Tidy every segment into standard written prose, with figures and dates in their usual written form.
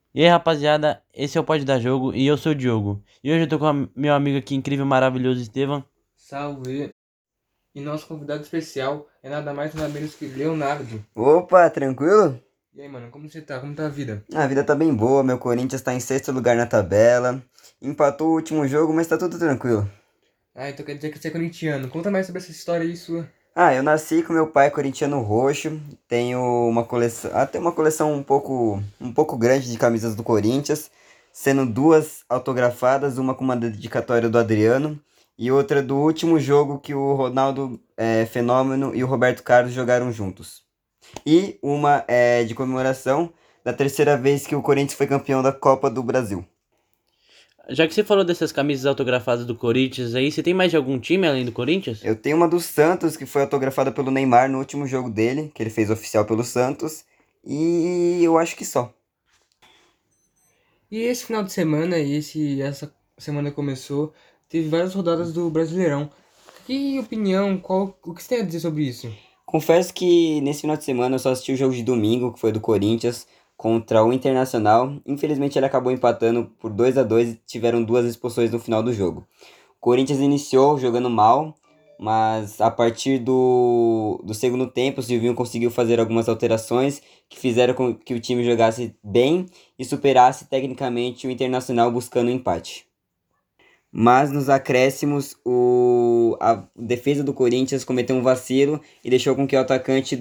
E aí, rapaziada, esse é o Pode Dar Jogo e eu sou o Diogo. E hoje eu tô com meu amigo aqui, incrível, maravilhoso, Estevam. Salve! E nosso convidado especial é nada mais nada menos que Leonardo. Opa, tranquilo? E aí, mano, como você tá? Como tá a vida? A vida tá bem boa, meu Corinthians tá em sexto lugar na tabela. Empatou o último jogo, mas tá tudo tranquilo. Ah, então quer dizer que você é corintiano. Conta mais sobre essa história aí sua. Eu nasci com meu pai corintiano roxo, tenho uma coleção, até uma coleção um pouco grande de camisas do Corinthians, sendo duas autografadas, uma com uma dedicatória do Adriano e outra do último jogo que o Ronaldo Fenômeno e o Roberto Carlos jogaram juntos. E uma de comemoração da terceira vez que o Corinthians foi campeão da Copa do Brasil. Já que você falou dessas camisas autografadas do Corinthians aí, você tem mais de algum time além do Corinthians? Eu tenho uma do Santos que foi autografada pelo Neymar no último jogo dele, que ele fez oficial pelo Santos. E eu acho que só. E esse final de semana, essa semana começou, teve várias rodadas do Brasileirão. Que opinião, o que você tem a dizer sobre isso? Confesso que nesse final de semana eu só assisti o jogo de domingo, que foi do Corinthians, contra o Internacional. Infelizmente ele acabou empatando por 2-2 e tiveram duas expulsões no final do jogo. O Corinthians iniciou jogando mal, mas a partir do segundo tempo o Silvinho conseguiu fazer algumas alterações que fizeram com que o time jogasse bem e superasse tecnicamente o Internacional buscando o empate. Mas nos acréscimos, a defesa do Corinthians cometeu um vacilo e deixou com que o atacante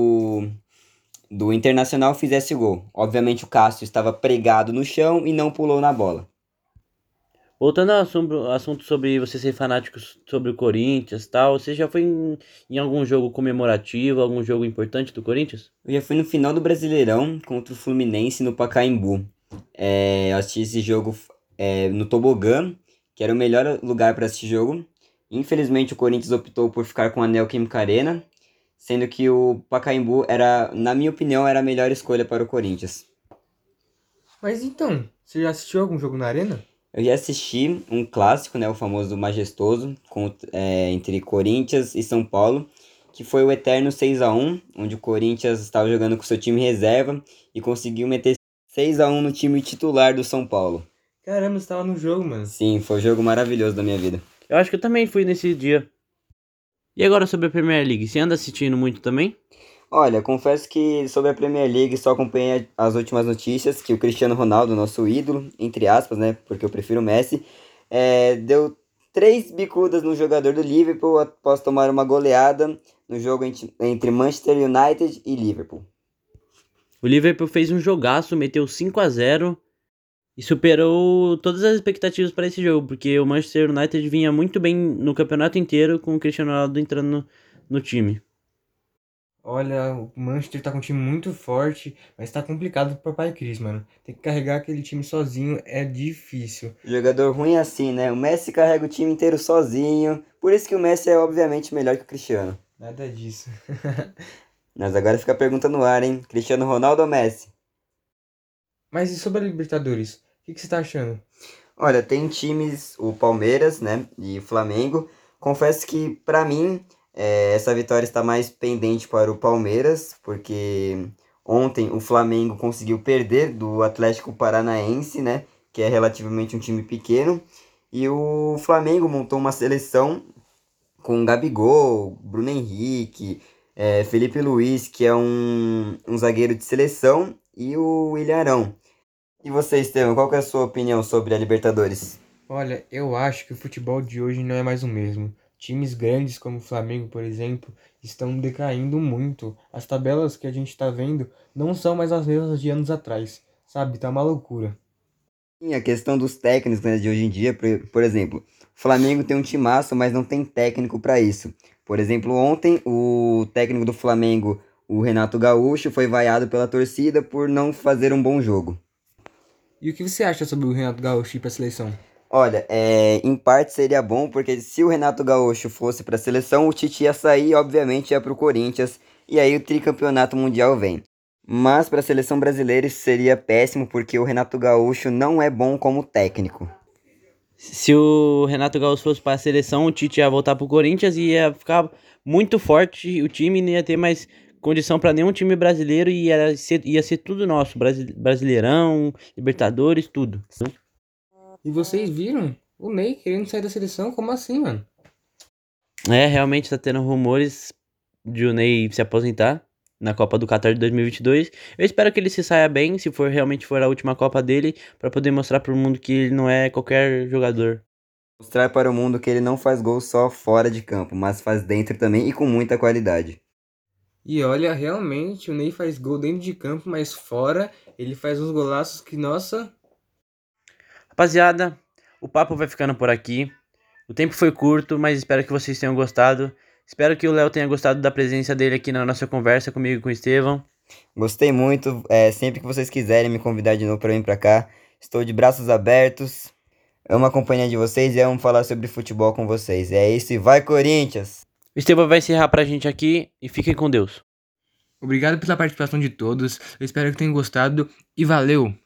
do Internacional fizesse o gol. Obviamente o Cássio estava pregado no chão e não pulou na bola. Voltando ao assunto sobre você ser fanático sobre o Corinthians e tal, você já foi em algum jogo comemorativo, algum jogo importante do Corinthians? Eu já fui no final do Brasileirão contra o Fluminense no Pacaembu. Eu assisti esse jogo no Tobogã, que era o melhor lugar para assistir jogo. Infelizmente o Corinthians optou por ficar com a Neoquímica Arena, sendo que o Pacaembu era, na minha opinião, era a melhor escolha para o Corinthians. Mas então, você já assistiu algum jogo na Arena? Eu já assisti um clássico, né, o famoso Majestoso, entre Corinthians e São Paulo, que foi o eterno 6-1, onde o Corinthians estava jogando com seu time reserva e conseguiu meter 6-1 no time titular do São Paulo. Caramba, você tava no jogo, mano. Sim, foi um jogo maravilhoso da minha vida. Eu acho que eu também fui nesse dia. E agora sobre a Premier League, você anda assistindo muito também? Olha, confesso que sobre a Premier League só acompanhei as últimas notícias que o Cristiano Ronaldo, nosso ídolo, entre aspas, né, porque eu prefiro o Messi, deu três bicudas no jogador do Liverpool após tomar uma goleada no jogo entre Manchester United e Liverpool. O Liverpool fez um jogaço, meteu 5-0 e superou todas as expectativas para esse jogo, porque o Manchester United vinha muito bem no campeonato inteiro com o Cristiano Ronaldo entrando no time. Olha, o Manchester tá com um time muito forte, mas tá complicado pro Papai Cris, mano. Tem que carregar aquele time sozinho é difícil. Jogador ruim é assim, né? O Messi carrega o time inteiro sozinho, por isso que o Messi é obviamente melhor que o Cristiano. Nada disso. Mas agora fica a pergunta no ar, hein? Cristiano Ronaldo ou Messi? Mas e sobre a Libertadores? O que você tá achando? Olha, tem times, o Palmeiras, né, e o Flamengo. Confesso que, pra mim, essa vitória está mais pendente para o Palmeiras, porque ontem o Flamengo conseguiu perder do Atlético Paranaense, né, que é relativamente um time pequeno, e o Flamengo montou uma seleção com Gabigol, Bruno Henrique, Felipe Luiz, que é um zagueiro de seleção, e o William Arão. E você, Estevam, qual que é a sua opinião sobre a Libertadores? Olha, eu acho que o futebol de hoje não é mais o mesmo. Times grandes como o Flamengo, por exemplo, estão decaindo muito. As tabelas que a gente tá vendo não são mais as mesmas de anos atrás. Sabe? Tá uma loucura. Sim, a questão dos técnicos, né, de hoje em dia, por exemplo, o Flamengo tem um timaço, mas não tem técnico para isso. Por exemplo, ontem o técnico do Flamengo, o Renato Gaúcho, foi vaiado pela torcida por não fazer um bom jogo. E o que você acha sobre o Renato Gaúcho ir pra seleção? Olha, em parte seria bom, porque se o Renato Gaúcho fosse para a seleção, o Tite ia sair e obviamente ia para o Corinthians, e aí o tricampeonato mundial vem. Mas para a seleção brasileira isso seria péssimo, porque o Renato Gaúcho não é bom como técnico. Se o Renato Gaúcho fosse para a seleção, o Tite ia voltar pro Corinthians e ia ficar muito forte o time, não ia ter mais condição para nenhum time brasileiro e ia ser tudo nosso. Brasileirão, Libertadores, tudo. E vocês viram? O Ney querendo sair da seleção? Como assim, mano? Realmente tá tendo rumores de o Ney se aposentar na Copa do Catar de 2022. Eu espero que ele se saia bem, se realmente for a última Copa dele, para poder mostrar pro mundo que ele não é qualquer jogador. Mostrar para o mundo que ele não faz gol só fora de campo, mas faz dentro também e com muita qualidade. E olha, realmente, o Ney faz gol dentro de campo, mas fora ele faz uns golaços que, nossa... Rapaziada, o papo vai ficando por aqui. O tempo foi curto, mas espero que vocês tenham gostado. Espero que o Léo tenha gostado da presença dele aqui na nossa conversa comigo e com o Estevão. Gostei muito, sempre que vocês quiserem me convidar de novo para vir para cá, estou de braços abertos. Amo a companhia de vocês e amo falar sobre futebol com vocês. É isso e vai Corinthians! O Estevão vai encerrar pra gente aqui e fiquem com Deus. Obrigado pela participação de todos, eu espero que tenham gostado e valeu!